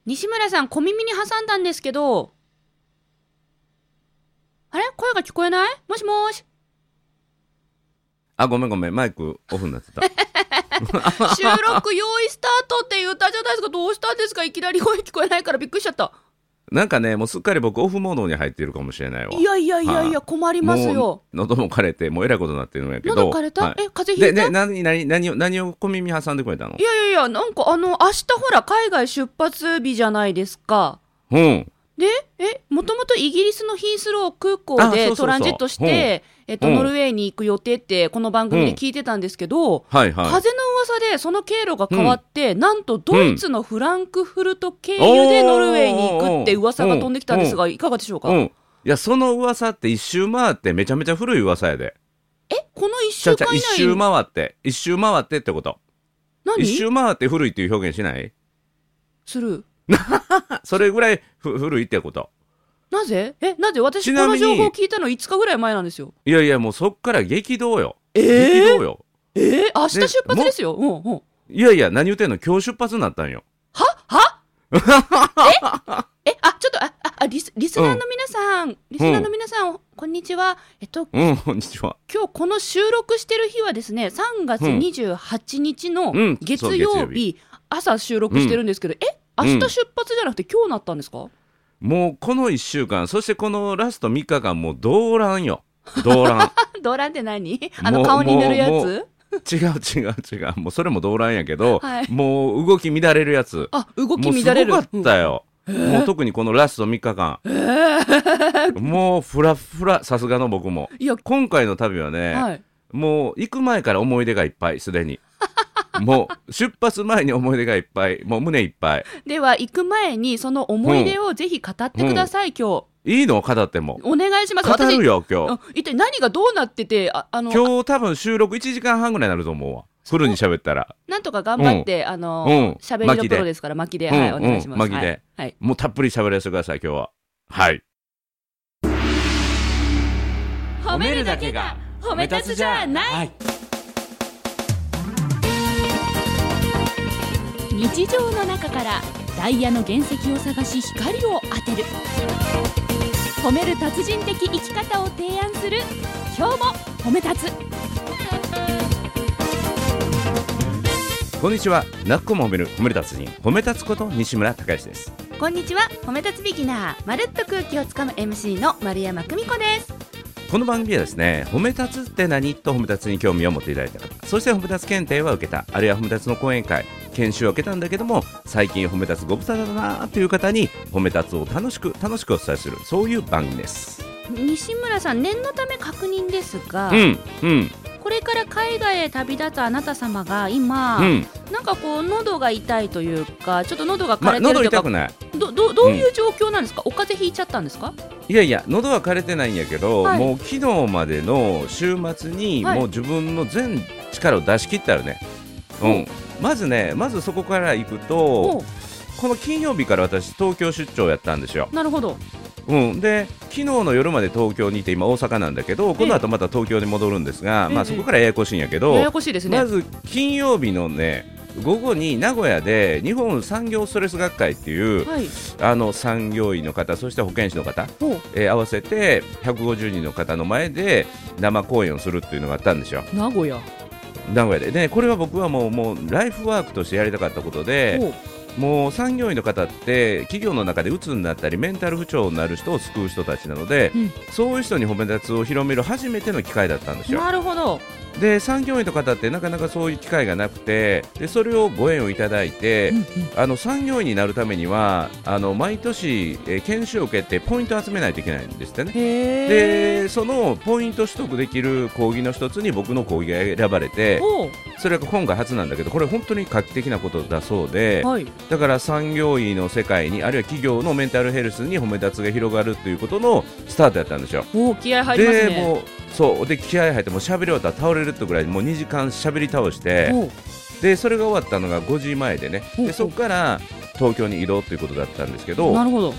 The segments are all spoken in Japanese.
西村さん、小耳に挟んだんですけど、あれ声が聞こえない？もしもーし。 あ、ごめん、マイクオフになってた。 収録用意スタートって言ったじゃないですか。どうしたんですか？いきなり声聞こえないからびっくりしちゃった。 なんかね、もうすっかり僕オフモードに入っているかもしれないわ。 いや、困りますよ。 もう喉も枯れて、もうえらいことになってるんやけど。 喉枯れた？ はい、 風邪ひいた？ 何を小耳挟んでくれたの？ いや、なんか明日ほら海外出発日じゃないですか。 うん。 で、もともとイギリスのヒースロー空港でトランジットして、ノルウェーに行く予定ってこの番組で聞いてたんですけど、風の噂でその経路が変わって、なんとドイツのフランクフルト経由でノルウェーに行くって噂が飛んできたんですが、いかがでしょうか？ いや、その噂って一周回ってめちゃめちゃ古い噂やで。 この1週間以内に一周回ってってこと。 何？ 一周回って古いっていう表現しない？ する。 それぐらい古いってこと。 なぜ私この情報聞いたの5日ぐらい前なんですよ。 いやもうそっから激動よ。 激動よ。 明日出発ですよ。 いや何言ってんの？今日出発になったんよ。 ちょっとリスナーの皆さん、こんにちは。 こんにちは。 今日この収録してる日はですね、3月28日の月曜日、朝収録してるんですけど、明日出発じゃなくて今日なったんですか？ もうこの1週間、そしてこのラスト3日間、もう動乱よ。動乱。 動乱って何？顔に塗るやつ？ 違う。もうそれも動乱やけど、もう動き乱れるやつ。 動き乱れる。 もうすごかったよ。もう特にこのラスト3日間。もうフラフラ、さすがの僕も。今回の旅はね、もう行く前から思い出がいっぱい、すでに。もう出発前に思い出がいっぱい、もう胸いっぱい。 では行く前にその思い出をぜひ語ってください。今日いいの？語ってもお願いします。 語るよ今日。 一体何がどうなってて、 今日多分収録1時間半ぐらいになると思うわ。フルに喋ったらなんとか頑張って喋りのプロですから巻きでお願いします。 巻きでもうたっぷり喋らせてください今日は。はい。 褒めるだけが褒め立つじゃない。日常の中からダイヤの原石を探し光を当てる、褒める達人的生き方を提案する今日も褒め立つ。 こんにちは。なっこも褒める褒める達人、褒め立つこと西村孝之です。 こんにちは。褒め立つビギナー、まるっと空気をつかむ MC の丸山久美子です。 この番組はですね、褒め立つって何と褒め立つに興味を持っていただいた方、そして褒め立つ検定は受けた、あるいは褒め立つの講演会研修を受けたんだけども、最近褒め立つご無沙汰だなという方に褒め立つを楽しくお伝えする、そういう番組です。 西村さん、念のため確認ですが、これから海外へ旅立つあなた様が今、なんかこう喉が痛いというか、ちょっと喉が枯れてるとか、 喉痛くない。 どういう状況なんですか？お風邪ひいちゃったんですか？ いや喉は枯れてないんやけど、もう昨日までの週末にもう自分の全力を出し切ったよね。まずそこから行くと、この金曜日から私東京出張やったんですよ。 なるほど。 で昨日の夜まで東京にいて、今大阪なんだけど、この後また東京に戻るんですが、そこからややこしいんやけど、 ややこしいですね。 まず金曜日のね午後に名古屋で日本産業ストレス学会っていう、産業医の方、そして保健師の方、合わせて150人の方の前で生講演をするっていうのがあったんですよ。名古屋で、これは僕はもうライフワークとしてやりたかったことで、もう産業医の方って企業の中でうつになったりメンタル不調になる人を救う人たちなので、そういう人に褒め立つを広める初めての機会だったんですよ。 なるほど。 で産業医の方ってなかなかそういう機会がなくて、でそれをご縁をいただいて、産業医になるためには毎年、研修を受けてポイントを集めないといけないんですってね。でそのポイント取得できる講義の一つに僕の講義が選ばれて、それが今回初なんだけど、これ本当に画期的なことだそうで、だから産業医の世界に、あるいは企業のメンタルヘルスに褒め立つが広がるということのスタートやったんですよ。 気合入りますね。 でもうそうで気合入って、もう喋り終わったら倒れるってぐらいもう2時間喋り倒して、でそれが終わったのが5時前でね、でそこから東京に移動ということだったんですけど。 なるほど。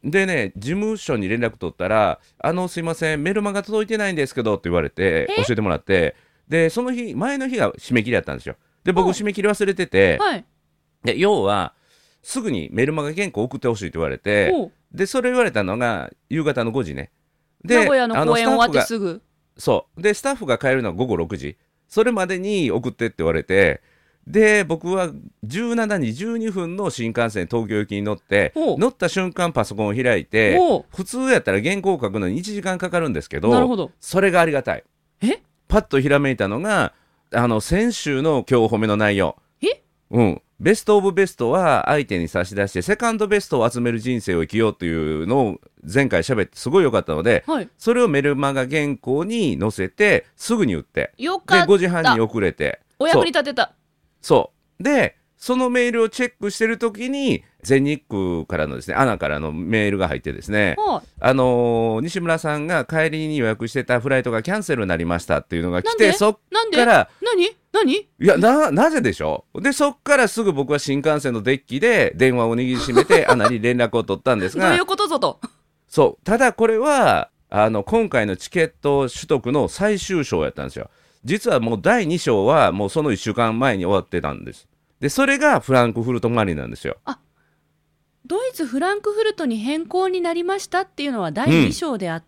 でね、事務所に連絡取ったら、すいません、メルマガ届いてないんですけどって言われて、教えてもらって、で、その日、前の日が締め切りだったんですよ。で、僕、締め切り忘れてて、 はい、 で要は、すぐにメルマガ原稿送ってほしいって言われて、で、それ言われたのが夕方の5時ね。 で、名古屋の公演終わってすぐ。 そうで、スタッフが帰るのは午後6時、それまでに送ってって言われて、で僕は17時12分の新幹線東京行きに乗って、乗った瞬間パソコンを開いて、普通やったら原稿を書くのに1時間かかるんですけど、 なるほど、 それがありがたい。パッとひらめいたのが、先週の今日褒めの内容、ベストオブベストは相手に差し出してセカンドベストを集める人生を生きようというのを前回喋ってすごい良かったので、それをメルマガ原稿に載せてすぐに打って、 よかった、 で5時半に遅れて、 お役に立てた。 そうで、そのメールをチェックしてるときに全日空からのですね、アナからのメールが入ってですね、西村さんが帰りに予約してたフライトがキャンセルになりましたっていうのが来て、そっから何いや なぜでしょう。でそっからすぐ僕は新幹線のデッキで電話を握りしめてアナに連絡を取ったんですがどういうことぞと。 そう、ただこれは今回のチケット取得の最終章やったんですよ。実はもう第2章はもうその1週間前に終わってたんです。でそれがフランクフルトマリなんですよ。 ドイツフランクフルトに変更になりましたっていうのは第2章であって、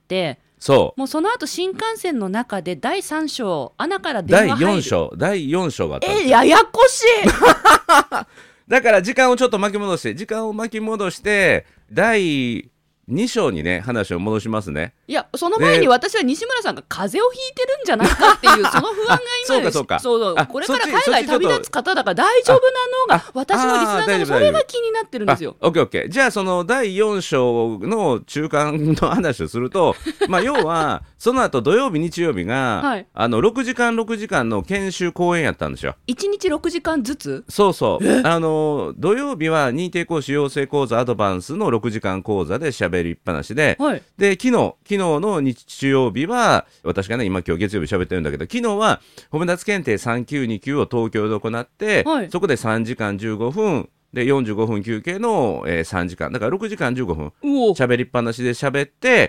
もうその後新幹線の中で第3章アナから電話入る第4章があったんですよ。 ややこしいだから時間をちょっと巻き戻して第2章にね話を戻しますね。 いや、その前に私は西村さんが風邪をひいてるんじゃないかっていうその不安が今そうかこれから海外旅立つ方だから大丈夫なのが私のリスナーさんのそれが気になってるんですよ。 オッケー。じゃあその第4章の中間の話をすると要はその後土曜日日曜日が、6時間の研修講演やったんですよ。 1日6時間ずつ。 そう土曜日は認定講師養成講座アドバンスの6時間講座で喋りっぱなしで、で昨日の日曜日は私がね今日月曜日喋ってるんだけど、昨日は褒め立つ検定3級2級を東京で行って、そこで3時間15分で45分休憩の、3時間だから6時間15分喋りっぱなしで喋って、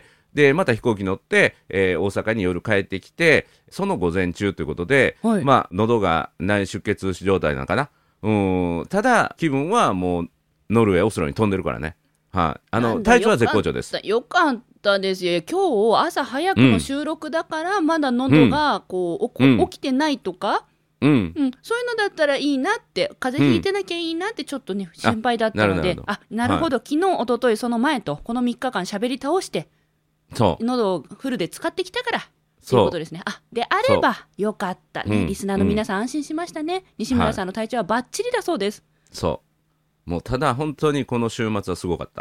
でまた飛行機乗って、大阪に夜帰ってきて、その午前中ということで、喉が内出血状態なのかな。ただ気分はもうノルウェーオスロに飛んでるからね。体調は絶好調です。 よかったですよ。今日朝早くの収録だから、まだ喉が起きてないとか、そういうのだったらいいなって、風邪ひいてなきゃいいなってちょっとね、心配だったので、なるほど、昨日一昨日その前とこの3日間喋り倒して喉をフルで使ってきたからということですね。であればよかったね。リスナーの皆さん安心しましたね。西村さんの体調はバッチリだそうです。 もうただ本当にこの週末はすごかった。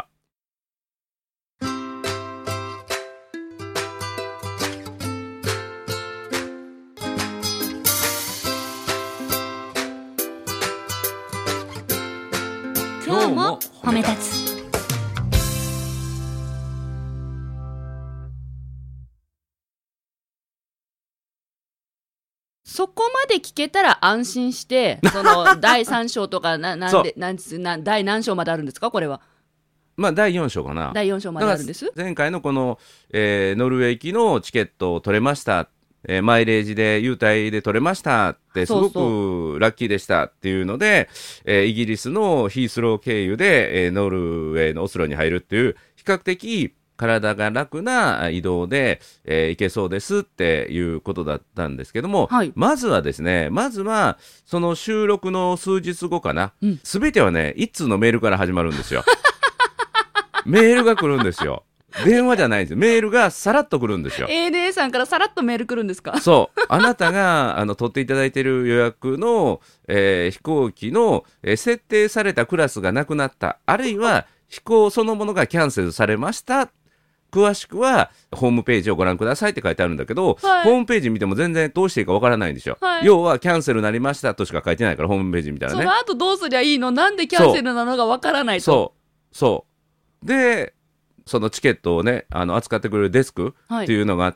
今日も褒め立つ。そこまで聞けたら安心してその第3章とか第何章まであるんですかこれは。 第4章かな。 第4章まであるんです。 前回のこの、ノルウェー行きのチケットを取れました、マイレージで優待で取れましたってすごくラッキーでしたっていうので、イギリスのヒースロー経由で、ノルウェーのオスロに入るっていう比較的体が楽な移動で、行けそうですっていうことだったんですけども、まずはその収録の数日後かな、全てはね一通のメールから始まるんですよ。メールが来るんですよ。電話じゃないんですよ。メールがさらっと来るんですよ。 ANA さんからさらっとメール来るんですか。 あなたが取っていただいている予約の、飛行機の、設定されたクラスがなくなった、あるいは飛行そのものがキャンセルされました、詳しくはホームページをご覧くださいって書いてあるんだけど、ホームページ見ても全然どうしていいかわからないんですよ。要はキャンセルになりましたとしか書いてないから、ホームページ見たらね。 その後どうすりゃいいの、なんでキャンセルなのかわからないと。 でそのチケットをね扱ってくれるデスクっていうのがあって、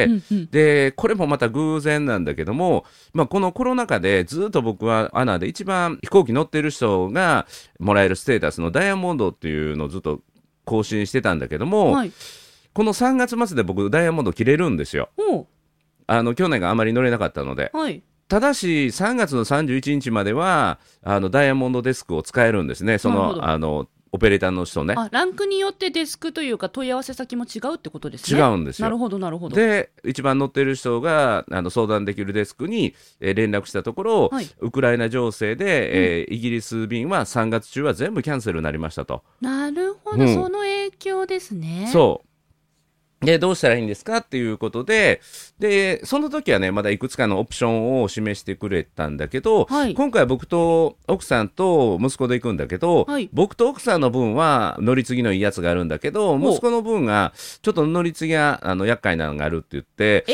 でこれもまた偶然なんだけども、このコロナ禍でずっと僕はアナで一番飛行機乗ってる人がもらえるステータスのダイヤモンドっていうのをずっと更新してたんだけども、はい、この3月末で僕ダイヤモンド切れるんですよ。去年があまり乗れなかったので、はい、ただし3月の31日まではダイヤモンドデスクを使えるんですね。そのオペレーターの人ね。 ランクによってデスクというか問い合わせ先も違うってことですね。 違うんですよ。 なるほどなるほど。 で一番乗ってる人が相談できるデスクに、連絡したところ、はい、ウクライナ情勢で、イギリス便は3月中は全部キャンセルになりましたと。 なるほど、その影響ですね。 そうでどうしたらいいんですかっていうことで、その時はねまだいくつかのオプションを示してくれたんだけど、はい、今回僕と奥さんと息子で行くんだけど、はい、僕と奥さんの分は乗り継ぎのいいやつがあるんだけど、息子の分がちょっと乗り継ぎが厄介なのがあるって言って、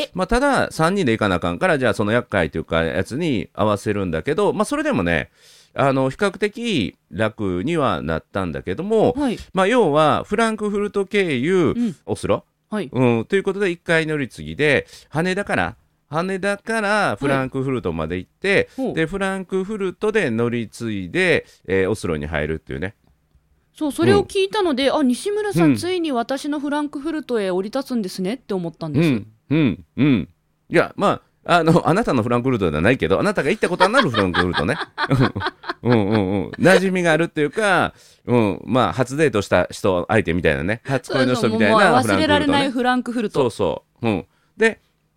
ただ3人で行かなあかんから、じゃあその厄介というかやつに合わせるんだけど、それでもね比較的楽にはなったんだけども、はい、要はフランクフルト経由、オスロ、はいということで1回乗り継ぎで羽田からフランクフルトまで行って、でフランクフルトで乗り継いで、オスロに入るっていうね。 それを聞いたので、西村さん、ついに私のフランクフルトへ降り立つんですねって思ったんです。 いやあなたのフランクフルトではないけど、あなたが行ったことのあるフランクフルトね馴染みがあるっていうか、初デートした人相手みたいなね、初恋の人みたいなフランクフルト、ね、 忘れられないフランクフルト。 で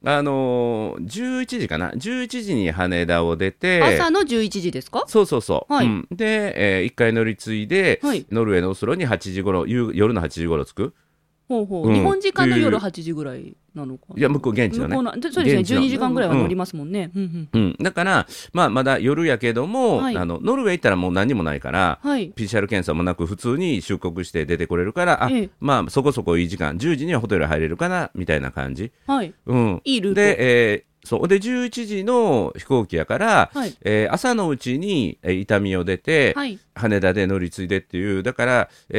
11時かな、11時に羽田を出て、 朝の11時ですか。 そう、はい、で、1回乗り継いで、はい、ノルウェーのオスロに8時頃、夜の8時頃着く。 日本時間の夜8時ぐらいなのか。 いや向こう現地のね。 そうですね、12時間ぐらいは乗りますもんね。 だからまだ夜やけども、はい、ノルウェー行ったらもう何もないから、はい、PCR 検査もなく普通に出国して出てこれるから、そこそこいい時間、10時にはホテル入れるかなみたいな感じ。 はい。いいルートで、で11時の飛行機やから、はい、朝のうちに伊丹を出て、はい、羽田で乗り継いでっていう、だから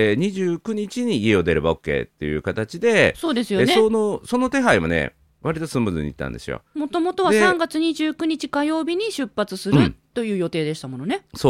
、29日に家を出れば OK っていう形で、 そうですよね。 その手配もね割とスムーズにいったんですよ。 もともとは3月29日火曜日に出発する、という予定でしたものね。 そう、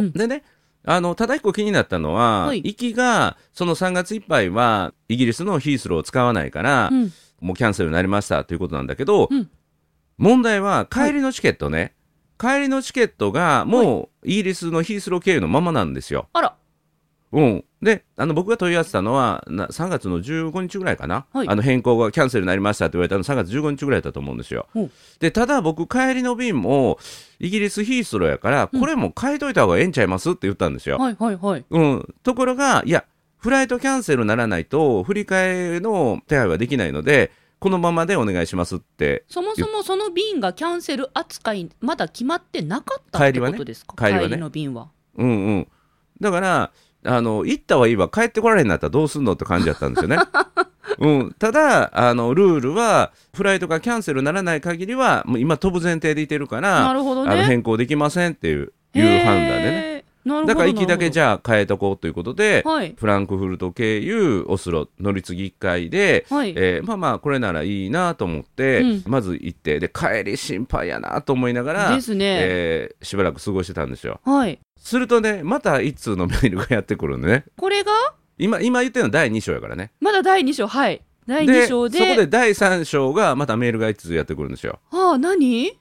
でねただ一個気になったのは、はい、行きがその3月いっぱいはイギリスのヒースローを使わないから、もうキャンセルになりましたということなんだけど、問題は帰りのチケットね、帰りのチケットがもうイギリスのヒースロー経由のままなんですよ。 あら。 で僕が問い合わせたのは3月の15日ぐらいかな、はい、変更がキャンセルになりましたって言われたの3月15日ぐらいだったと思うんですよ。でただ僕帰りの便もイギリスヒースローやから、これも変えといた方がええんちゃいますって言ったんですよ。ところがいやフライトキャンセルならないと振り替えの手配はできないのでこのままでお願いしますって。 そもそもその便がキャンセル扱いまだ決まってなかったってことですか。帰りの便は。 だから行ったはいいわ、帰ってこられへんなったらどうすんのって感じだったんですよね。ただルールはフライトがキャンセルならない限りはもう今飛ぶ前提でいてるから、 なるほどね、 変更できませんっていう判断でね。だから行きだけじゃあ変えとこうということで、はい、フランクフルト経由オスロ乗り継ぎ1回で、はい、これならいいなと思って、まず行って、で帰り心配やなと思いながらですね、 しばらく過ごしてたんですよ。 はい、 するとねまた一通のメールがやってくるんでね。 これが今言ってるのは第2章やからね。 まだ第2章、はい、第2章でそこで第3章がまたメールが一通やってくるんですよ。 何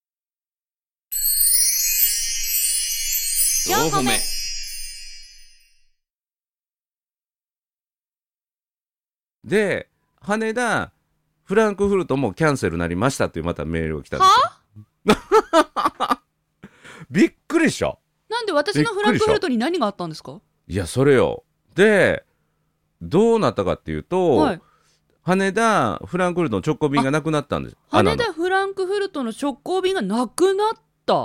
4個目。で羽田フランクフルトもキャンセルになりましたっていうまたメールが来たんですよ。びっくりした。 なんで私のフランクフルトに何があったんですか。 いやそれよ。でどうなったかっていうと、はい、羽田フランクフルトの直行便がなくなったんです。 羽田フランクフルトの直行便がなくなった。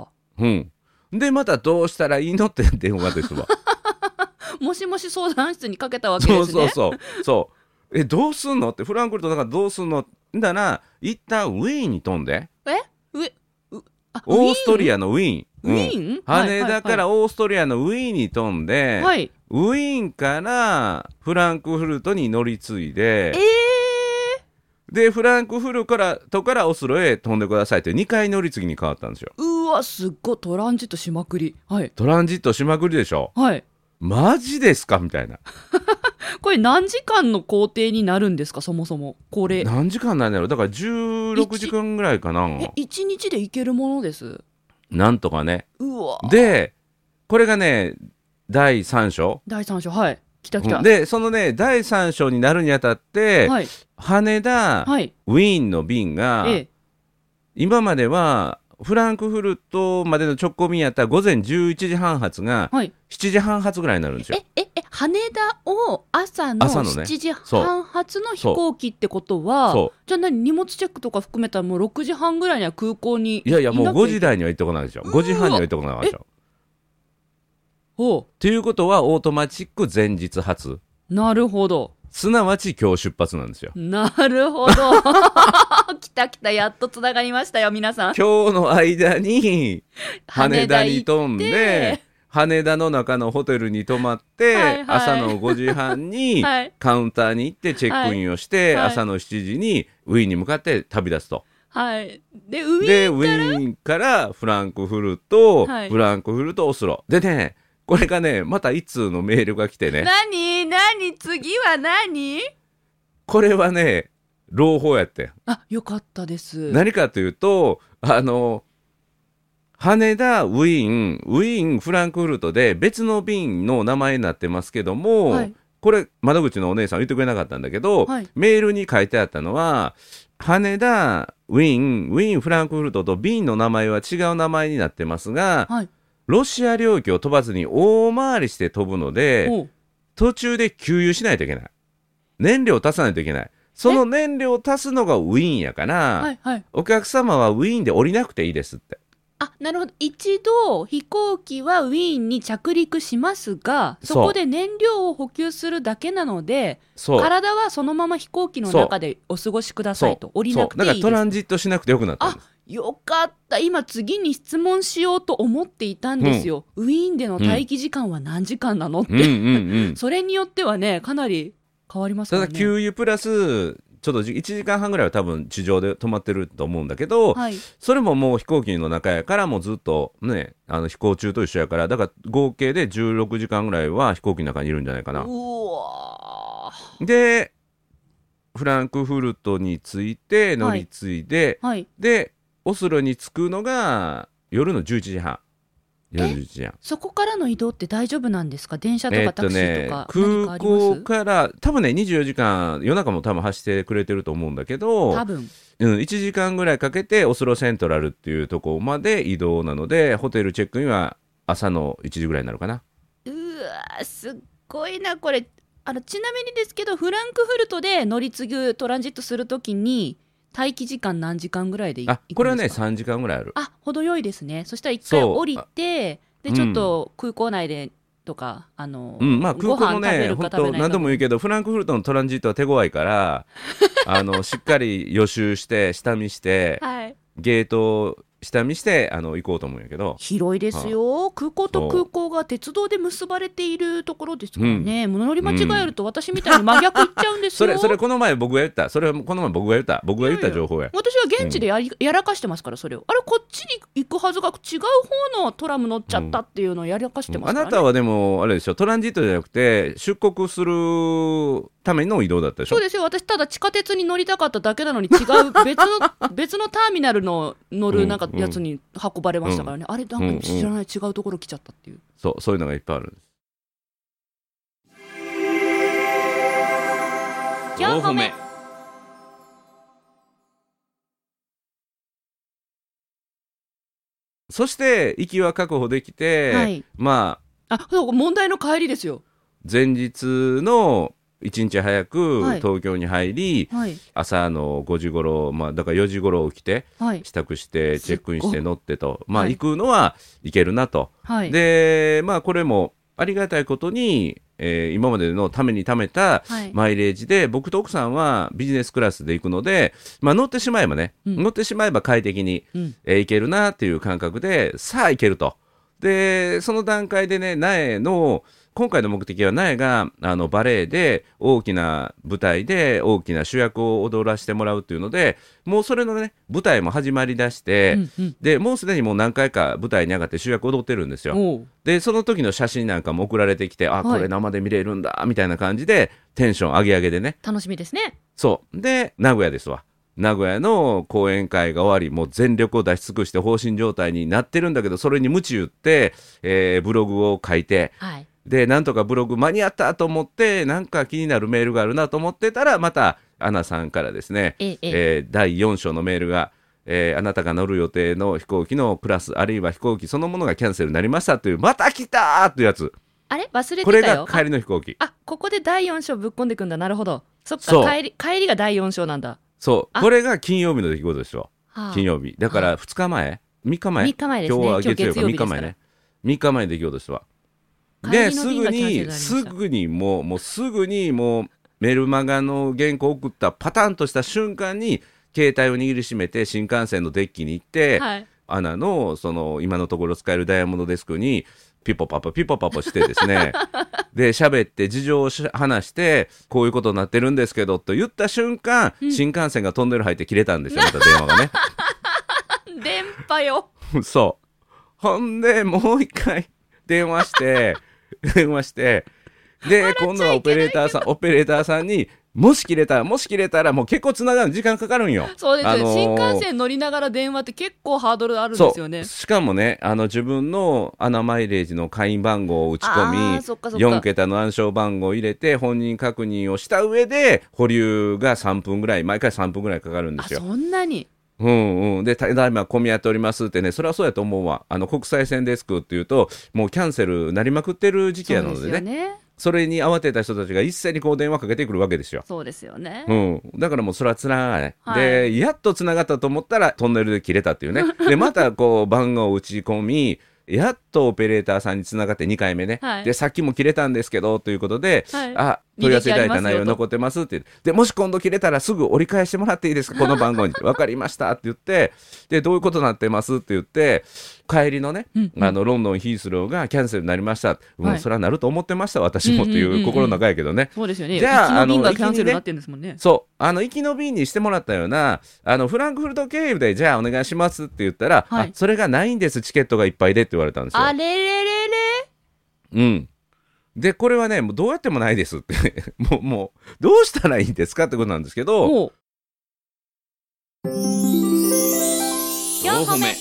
でまたどうしたらいいのって電話ですわ。 もしもし相談室にかけたわけですね。 そうどうすんのってフランクフルトだからどうすんのだな、一旦ウィーンに飛んで、オーストリアのウィーン、羽田からオーストリアのウィーンに飛んで、はい、ウィーンからフランクフルトに乗り継いで、でフランクフルトからオスロへ飛んでくださいって2回乗り継ぎに変わったんですよ。 うわすっごいトランジットしまくり、はい、 トランジットしまくりでしょ。 はい、 マジですかみたいな。 これ何時間の工程になるんですか、そもそも。これ何時間なんだろう。だから16時間ぐらいかな。 1日で行けるものです。 なんとかね。 うわ。 でこれがね第3章。 はい。来た。 でそのね第3章になるにあたって、はい、羽田、はい、ウィーンの便が、今まではフランクフルトまでの直行便やったら午前11時半発が7時半発ぐらいになるんですよ。 羽田を朝の7時半発の飛行機ってことは、じゃあ荷物チェックとか含めたらもう6時半ぐらいには空港にいやもう5時台には行ってこないでしょ。5時半には行ってこないでしょ。ということはオートマチック前日発。 なるほど。 すなわち今日出発なんですよ。 なるほど。来たやっとつながりましたよ皆さん。 今日の間に羽田に飛んで羽田の中のホテルに泊まって、朝の5時半にカウンターに行ってチェックインをして、朝の7時にウィーンに向かって旅立つと。 でウィーンからフランクフルト、フランクフルトオスロでね、これがねまた一通のメールが来てね。 何次は何？ これはね朗報やって。 よかったです。 何かというと羽田ウィーンフランクフルトで別の便の名前になってますけども、これ窓口のお姉さん言ってくれなかったんだけど、メールに書いてあったのは羽田ウィーンフランクフルトと便の名前は違う名前になってますが、ロシア領域を飛ばずに大回りして飛ぶので途中で給油しないといけない。燃料を足さないといけない。その燃料を足すのがウィーンやから、お客様はウィーンで降りなくていいですって。 なるほど。一度飛行機はウィーンに着陸しますが、そこで燃料を補給するだけなので、体はそのまま飛行機の中でお過ごしくださいと。降りなくていいです。 だからトランジットしなくてよくなったんです。 よかった。今次に質問しようと思っていたんですよ。ウィーンでの待機時間は何時間なのって、それによってはねかなり変わりますからね。 ただ給油プラスちょっと1時間半ぐらいは多分地上で止まってると思うんだけど、それももう飛行機の中やからもうずっとね飛行中と一緒やから、だから合計で16時間ぐらいは飛行機の中にいるんじゃないかな。でフランクフルトに着いて乗り継いで、でオスロに着くのが夜の11時半。 そこからの移動って大丈夫なんですか？電車とかタクシーとか何かあります？ 空港から多分ね24時間夜中も多分走ってくれてると思うんだけど、 多分、 1時間ぐらいかけてオスロセントラルっていうところまで移動なので、ホテルチェックインは朝の1時ぐらいになるかな。 すっごいなこれ。ちなみにですけどフランクフルトで乗り継ぐトランジットするときに待機時間何時間ぐらいで行くんですか？ これはね3時間ぐらいある。 程よいですね。そしたら一回降りて、でちょっと空港内でとか空港のね本当何度も言うけどフランクフルトのトランジットは手強いからしっかり予習して下見して、ゲート下見して行こうと思うんやけど、 広いですよ。空港と空港が鉄道で結ばれているところですからね、乗り間違えると私みたいに真逆行っちゃうんですよ。 それこの前僕が言った。僕が言った情報や。 私は現地でやらかしてますから、それをこっちに行くはずが違う方のトラム乗っちゃったっていうのをやらかしてますからね。 あなたはでもあれでしょ、トランジットじゃなくて出国するための移動だったでしょ。 そうですよ。私ただ地下鉄に乗りたかっただけなのに違う別のターミナルの乗るなんかやつに運ばれましたからね、あれなんか知らない違うところ来ちゃったっていう、 そういうのがいっぱいあるんです。 4歩目。 そして行きは確保できて、 問題の帰りですよ。 前日の1日早く東京に入り、朝の5時頃、だから4時頃起きて、支度してチェックインして乗ってと、行くのは行けるなと、でこれもありがたいことに、今までのために貯めたマイレージで、僕と奥さんはビジネスクラスで行くので、乗ってしまえば快適に、行けるなっていう感覚でさあ行けると。 でその段階でね、苗の今回の目的は苗がバレエで大きな舞台で大きな主役を踊らせてもらうっていうので、もうそれのね舞台も始まりだして、でもうすでにもう何回か舞台に上がって主役踊ってるんですよ。でその時の写真なんかも送られてきて、これ生で見れるんだみたいな感じでテンション上げ上げでね、 楽しみですね。 そうで名古屋ですわ。名古屋の講演会が終わり、もう全力を出し尽くして放心状態になってるんだけど、それに鞭打って、ブログを書いて、でなんとかブログ間に合ったと思って、なんか気になるメールがあるなと思ってたら、またアナさんからですね、第4章のメールが、あなたが乗る予定の飛行機のクラスあるいは飛行機そのものがキャンセルになりましたという、また来たーというやつ。 あれ忘れてたよ。 これが帰りの飛行機。 ここで第4章ぶっ込んでくんだ。なるほど。そっか、帰りが第4章なんだ。 そうこれが金曜日の出来事ですよ。金曜日だから2日前、3日前、 3日前ですね。 今日は月曜日、 3 日前ね、3日前の出来事ですわ。ですぐにもうすぐにもうメルマガの原稿を送ったパタンとした瞬間に携帯を握りしめて新幹線のデッキに行って、アナのその今のところ使えるダイヤモンドデスクにピポパポピポパポしてですねで喋って事情を話して、こういうことになってるんですけどと言った瞬間、新幹線がトンネル入って切れたんですよ、また電話がね電波よそうほんでもう一回電話してで今度はオペレーターさんにもし切れたらもう結構つながる時間かかるんよ。 そうです、新幹線乗りながら電話って結構ハードルあるんですよね。 しかもね自分のアナマイレージの会員番号を打ち込み、4桁の暗証番号を入れて本人確認をした上で保留が3分ぐらい、毎回3分ぐらいかかるんですよ。 そんなに。 でただいま混み合っておりますってね、それはそうやと思うわ。国際線デスクっていうともうキャンセルなりまくってる時期なのでね、それに慌てた人たちが一斉にこう電話かけてくるわけですよ。 そうですよね、 だからもうそれはつながらない、でやっとつながったと思ったらトンネルで切れたっていうねでまたこう番号を打ち込みやっとオペレーターさんにつながって2回目ね、でさっきも切れたんですけどということで、問い合わせいただいた内容残ってますってで、もし今度切れたらすぐ折り返してもらっていいですかこの番号に分かりましたって言って、でどういうことになってますって言って、帰りのね、ロンドンヒースローがキャンセルになりました、それはなると思ってました私もっていう心の中やけどね、 そうですよね。じゃあ行きの便がキャンセルになってるんですもんね。 そう行きの便にしてもらったようなフランクフルト経由でじゃあお願いしますって言ったら、それがないんです、チケットがいっぱいでって言われたんですよ。 あれれれれでこれはねもうどうやってもないですってもうどうしたらいいんですかってことなんですけど、 4歩目。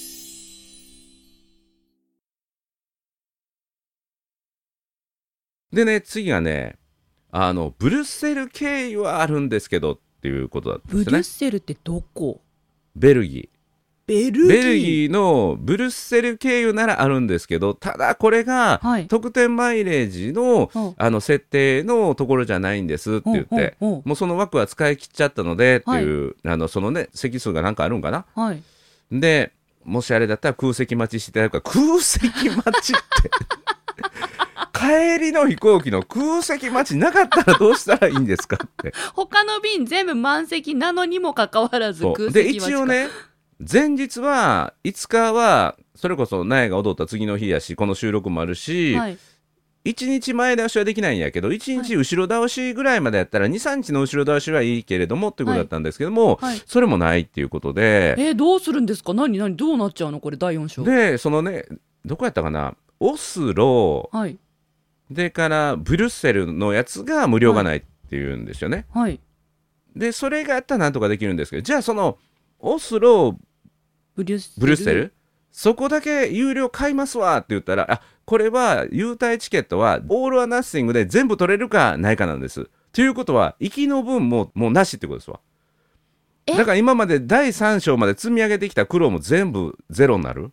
でね次がねブルッセル経由はあるんですけどっていうことだったんですね。 ブルッセルってどこ？ ベルギーのブルッセル経由ならあるんですけど、ただこれが特典マイレージの、設定のところじゃないんですって言って、もうその枠は使い切っちゃったのでっていう、そのね席数がなんかあるんかな、でもしあれだったら空席待ちしていただくか。空席待ちって帰りの飛行機の空席待ちなかったらどうしたらいいんですかって他の便全部満席なのにもかかわらず空席待ちか。 で一応ね前日は5日はそれこそ苗が踊った次の日やし、この収録もあるし、1日前倒しはできないんやけど1日後ろ倒しぐらいまでやったら 2,3 日の後ろ倒しはいいけれどもっていうことだったんですけども、それもないっていうことで、 どうするんですか。何どうなっちゃうのこれ第4章で。そのねどこやったかな、オスロ、でからブリュッセルのやつが無料がないっていうんですよね、でそれがやったらなんとかできるんですけど、じゃあそのオスロブリュッセルそこだけ有料買いますわって言ったら、これは優待チケットはオール・ア・ナッシングで全部取れるかないかなんです。ということは行きの分もうなしってことですわ。だから今まで第3章まで積み上げてきた苦労も全部ゼロになる。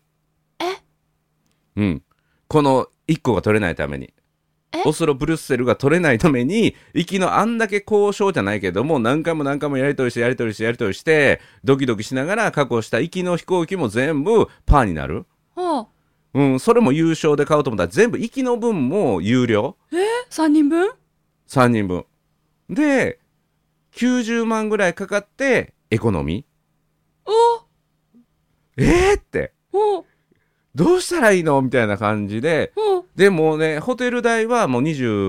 この1個が取れないために、オスロブルッセルが取れないために行きのあんだけ交渉じゃないけども何回もやり取りしてドキドキしながら確保した行きの飛行機も全部パーになる。それも優勝で買おうと思ったら全部行きの分も有料。 3人分 3人分で90万ぐらいかかってエコノミー。ってどうしたらいいのみたいな感じで、でもうねホテル代はもう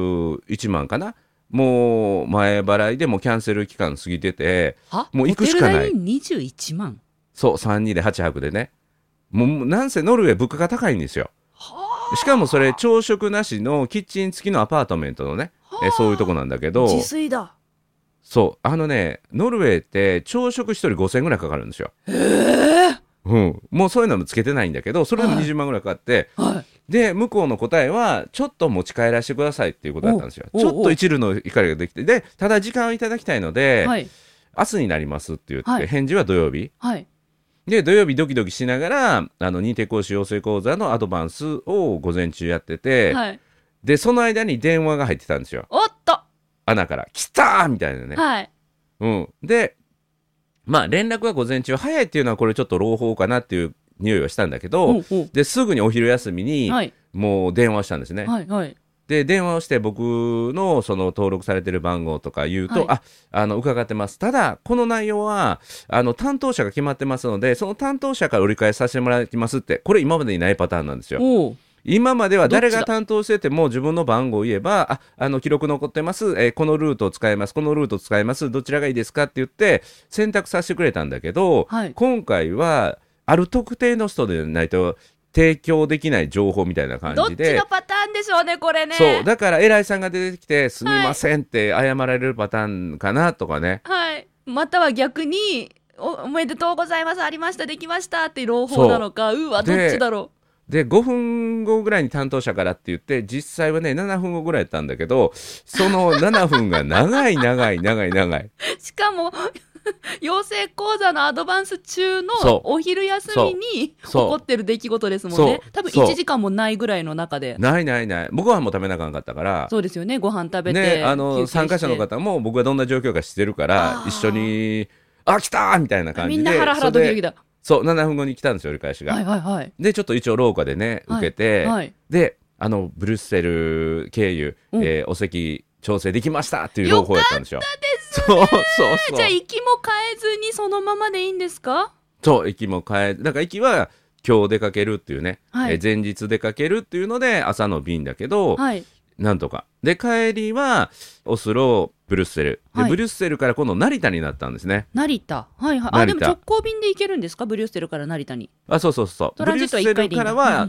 21万かな、もう前払いでもうキャンセル期間過ぎてて、もう行くしかない。ホテル代に21万。 そう3人で8泊でね、もうなんせノルウェー物価が高いんですよ。しかもそれ朝食なしのキッチン付きのアパートメントのね、そういうとこなんだけど、 自炊だ。 そうノルウェーって朝食1人5000円ぐらいかかるんですよ。もうそういうのもつけてないんだけど、それでも20万ぐらいかかって、で向こうの答えはちょっと持ち帰らせてくださいっていうことだったんですよ。ちょっと一縷の怒りができて、でただ時間をいただきたいので、明日になりますって言って、返事は土曜日、で土曜日ドキドキしながら認定講師養成講座のアドバンスを午前中やってて、でその間に電話が入ってたんですよ。 おっと穴から来たーみたいなね、で連絡が午前中早いっていうのはこれちょっと朗報かなっていう匂いはしたんだけど、ですぐにお昼休みにもう電話したんですね。で電話をして僕のその登録されてる番号とか言うと、伺ってます、ただこの内容は担当者が決まってますのでその担当者から折り返しさせてもらいますって、これ今までにないパターンなんですよ。今までは誰が担当してても自分の番号を言えば記録残ってます、このルートを使います、このルートを使います、どちらがいいですかって言って選択させてくれたんだけど、今回はある特定の人でないと提供できない情報みたいな感じで、 どっちのパターンでしょうねこれね。 そうだから偉いさんが出てきてすみませんって謝られるパターンかなとかね、 または逆におめでとうございます、ありました、できましたって朗報なのか、どっちだろう。 で5分後ぐらいに担当者からって言って実際はね7分後ぐらいやったんだけど、その7分が長いしかも養成講座のアドバンス中のお昼休みに起こってる出来事ですもんね。多分1時間もないぐらいの中で。 ない僕はもう食べなあかんかったから。 そうですよね、ご飯食べて、 参加者の方も僕がどんな状況か知ってるから一緒に来たーみたいな感じで、 みんなハラハラドキドキだ。 そう7分後に来たんですよ折り返しが。でちょっと一応廊下でね受けて、でブルッセル経由、お席調整できましたっていう朗報やったんですよ。 よかったですね。じゃあ行きも変えずにそのままでいいんですか？ そう行きも変え、だから行きは今日出かけるっていうね、前日出かけるっていうので朝の便だけど、なんとかで帰りはオスロブルッセルで、ブルッセルから今度成田になったんですね。 成田、でも直行便で行けるんですか？ブルッセルから成田に。 そうブルッセルからは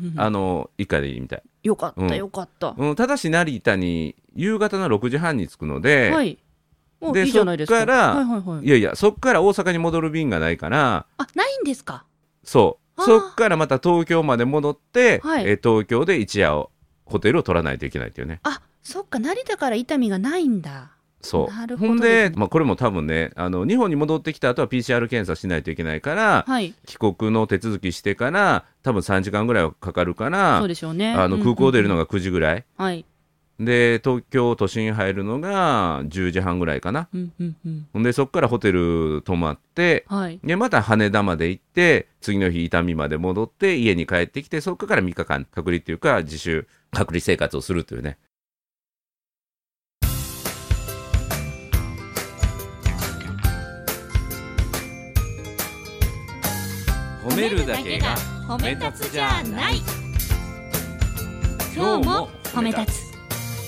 1回でいいみたい。 よかった、 ただし成田に夕方の6時半に着くので、 でいいじゃないですか。 そっから大阪に戻る便がないから。 ないんですか？ そっからまた東京まで戻って、東京で一夜ホテルを取らないといけないっていうね。 そっか、成田から伊丹がないんだ。 なるほどですね。ほんで、これも多分ね日本に戻ってきた後は PCR 検査しないといけないから、帰国の手続きしてから多分3時間ぐらいはかかるから、 そうでしょうね。 空港出るのが9時ぐらい、で東京都心入るのが10時半ぐらいかな、ほんでそこからホテル泊まって、でまた羽田まで行って次の日伊丹まで戻って家に帰ってきて、そこから3日間隔離っていうか自主隔離生活をするというね。褒めるだけが褒め立つじゃない。 今日も褒め立つ。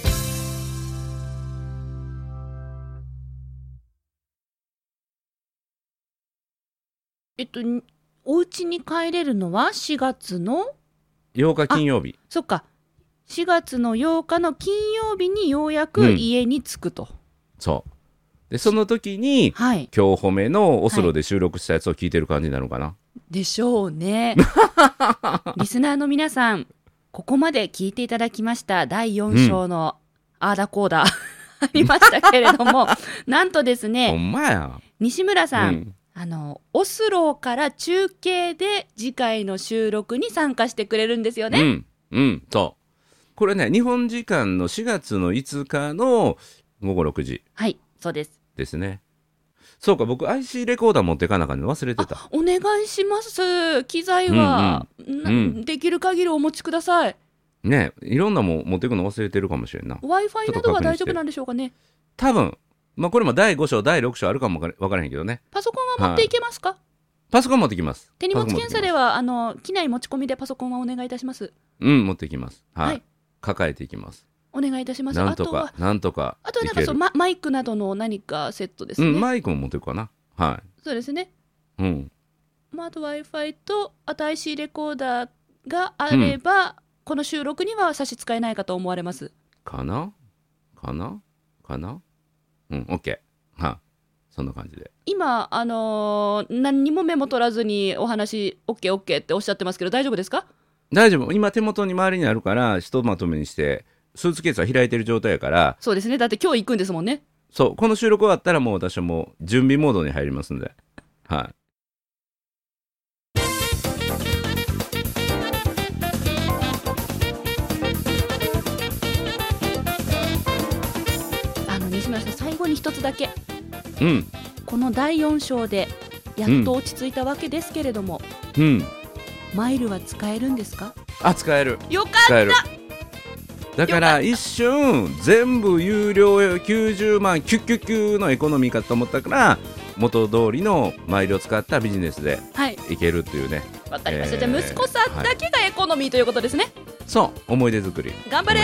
お家に帰れるのは4月の 8日金曜日。 そっか、4月の8日の金曜日にようやく家に着くと。 そうでその時に、今日褒めのオスロで収録したやつを聞いてる感じなのかな、 でしょうね。リスナーの皆さん、ここまで聞いていただきました第4章のあーだこーだありましたけれども、なんとですね、 ほんまや西村さん、オスロから中継で次回の収録に参加してくれるんですよね。 そうこれね、日本時間の4月の5日の午後6時。 そうですね。そうか、僕 IC レコーダー持っていかなあかんの忘れてた。 お願いします。機材は、できる限りお持ちくださいね。いろんなもん持っていくの忘れてるかもしれんな。 Wi-Fi などは大丈夫なんでしょうかね。 多分これも第5章第6章あるかも分からへんけどね。 パソコンは持っていけますか？ パソコン持ってきます。 手荷物検査では機内持ち込みでパソコンはお願いいたします。 持ってきます。はい。抱えていきます。 お願いいたします。 なんとかあとはなんかマイクなどの何かセットですね。 マイクも持っていくかな。はい。 そうですね。 あと Wi-Fi とあと IC レコーダーがあれば、この収録には差し支えないかと思われます。 かな。OK。そんな感じで今何にもメモ取らずにお話 OKOK っておっしゃってますけど大丈夫ですか？ 大丈夫。今手元に周りにあるからひとまとめにしてスーツケースは開いてる状態やから。 そうですね。だって今日行くんですもんね。 そう、この収録終わったらもう私はもう準備モードに入りますんで、はい。 西村さん、最後に一つだけ、 この第4章でやっと落ち着いたわけですけれども、マイルは使えるんですか？ 使える。 よかった。 だから一瞬全部有料90万キュッキュッキュのエコノミーかと思ったから元通りのマイルを使ったビジネスでいけるっていうね。 わかりました。じゃあ息子さんだけがエコノミーということですね。 そう思い出作り。 頑張れ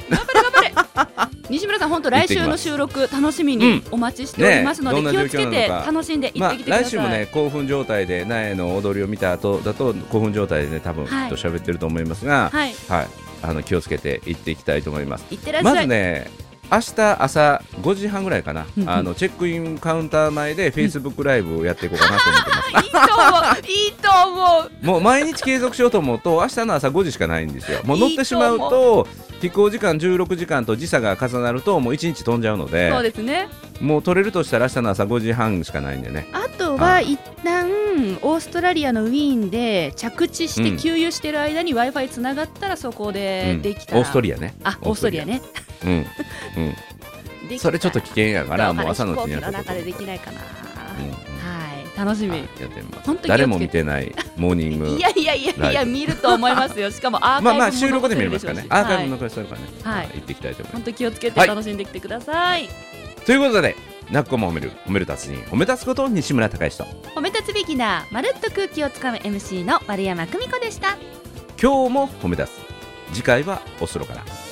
西村さん、本当来週の収録楽しみにお待ちしておりますので、気をつけて楽しんでいってきてください。 来週もね興奮状態で苗の踊りを見た後だと興奮状態でね多分と喋ってると思いますが、気をつけて行っていきたいと思います。 いってらっしゃい。 まずね明日朝5時半ぐらいかな、チェックインカウンター前でフェイスブックライブをやっていこうかなと思ってます。 いいと思う。 もう毎日継続しようと思うと明日の朝5時しかないんですよ。もう乗ってしまうと飛行時間16時間と時差が重なるともう1日飛んじゃうので、 そうですね。 もう取れるとしたら明日の朝5時半しかないんでね。 あとは一旦オーストラリアのウィーンで着地して給油してる間に Wi-Fi つながったらそこでできたら、 オーストリアね。 オーストリアね。 それちょっと危険やからもう朝のうちにやった飛行機の中でできないかな。楽しみ。 やってみます。誰も見てないモーニング。 いや見ると思いますよ。しかもアーカイブも収録で見れますからね。アーカイブも残してるからね。行っていきたいと思います。 本当気をつけて楽しんできてください。 ということでなっこも褒める達人褒め立つこと西村孝之と褒め立つビギナーまるっと空気をつかむ MC の丸山久美子でした。 今日も褒め立つ。次回はオスロから。